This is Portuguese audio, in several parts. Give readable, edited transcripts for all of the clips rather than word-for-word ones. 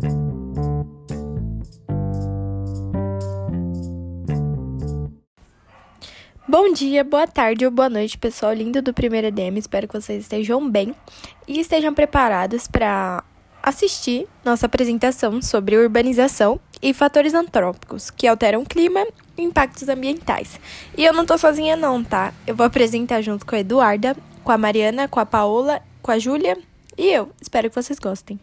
Bom dia, boa tarde ou boa noite, pessoal lindo do primeiro EDM. Espero que vocês estejam bem e estejam preparados para assistir nossa apresentação sobre urbanização e fatores antrópicos que alteram o clima e impactos ambientais. E eu não tô sozinha não, tá? Eu vou apresentar junto com a Eduarda, com a Mariana, com a Paola, com a Júlia e eu. Espero que vocês gostem.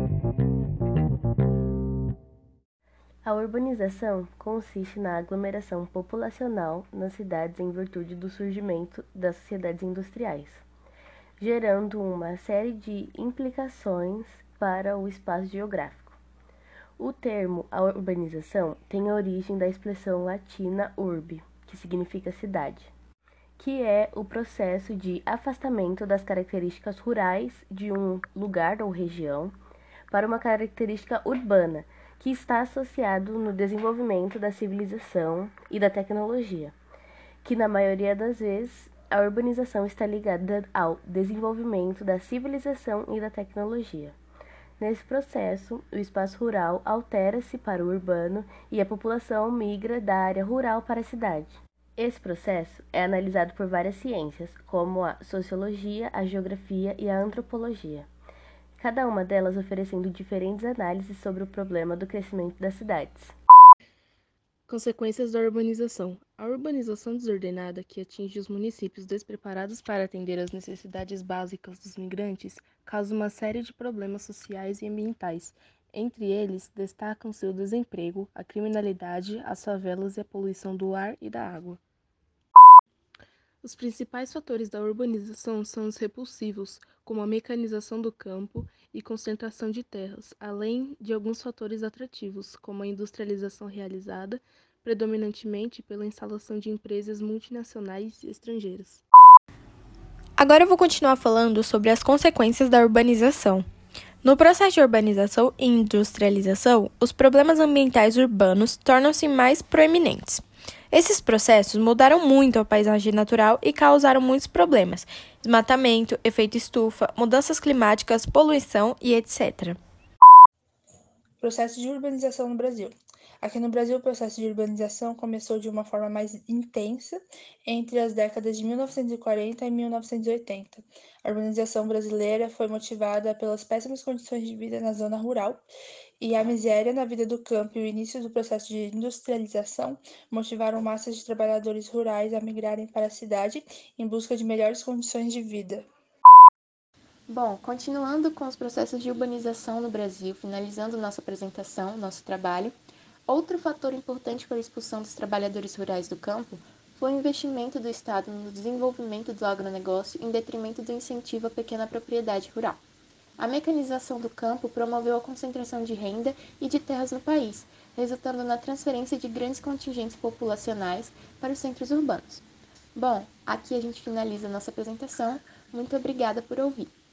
A urbanização consiste na aglomeração populacional nas cidades em virtude do surgimento das sociedades industriais, gerando uma série de implicações para o espaço geográfico. O termo a urbanização tem a origem da expressão latina urbe, que significa cidade, que é o processo de afastamento das características rurais de um lugar ou região para uma característica urbana, que está associado no desenvolvimento da civilização e da tecnologia, que na maioria das vezes a urbanização está ligada ao desenvolvimento da civilização e da tecnologia. Nesse processo, o espaço rural altera-se para o urbano e a população migra da área rural para a cidade. Esse processo é analisado por várias ciências, como a sociologia, a geografia e a antropologia, cada uma delas oferecendo diferentes análises sobre o problema do crescimento das cidades. Consequências da urbanização. A urbanização desordenada, que atinge os municípios despreparados para atender às necessidades básicas dos migrantes, causa uma série de problemas sociais e ambientais. Entre eles, destacam-se o desemprego, a criminalidade, as favelas e a poluição do ar e da água. Os principais fatores da urbanização são os repulsivos, como a mecanização do campo e concentração de terras, além de alguns fatores atrativos, como a industrialização realizada predominantemente pela instalação de empresas multinacionais e estrangeiras. Agora eu vou continuar falando sobre as consequências da urbanização. No processo de urbanização e industrialização, os problemas ambientais urbanos tornam-se mais proeminentes. Esses processos mudaram muito a paisagem natural e causaram muitos problemas: desmatamento, efeito estufa, mudanças climáticas, poluição e etc. Processo de urbanização no Brasil. Aqui no Brasil, o processo de urbanização começou de uma forma mais intensa entre as décadas de 1940 e 1980. A urbanização brasileira foi motivada pelas péssimas condições de vida na zona rural e a miséria na vida do campo e o início do processo de industrialização motivaram massas de trabalhadores rurais a migrarem para a cidade em busca de melhores condições de vida. Bom, continuando com os processos de urbanização no Brasil, finalizando nossa apresentação, nosso trabalho, outro fator importante para a expulsão dos trabalhadores rurais do campo foi o investimento do Estado no desenvolvimento do agronegócio em detrimento do incentivo à pequena propriedade rural. A mecanização do campo promoveu a concentração de renda e de terras no país, resultando na transferência de grandes contingentes populacionais para os centros urbanos. Bom, aqui a gente finaliza nossa apresentação. Muito obrigada por ouvir.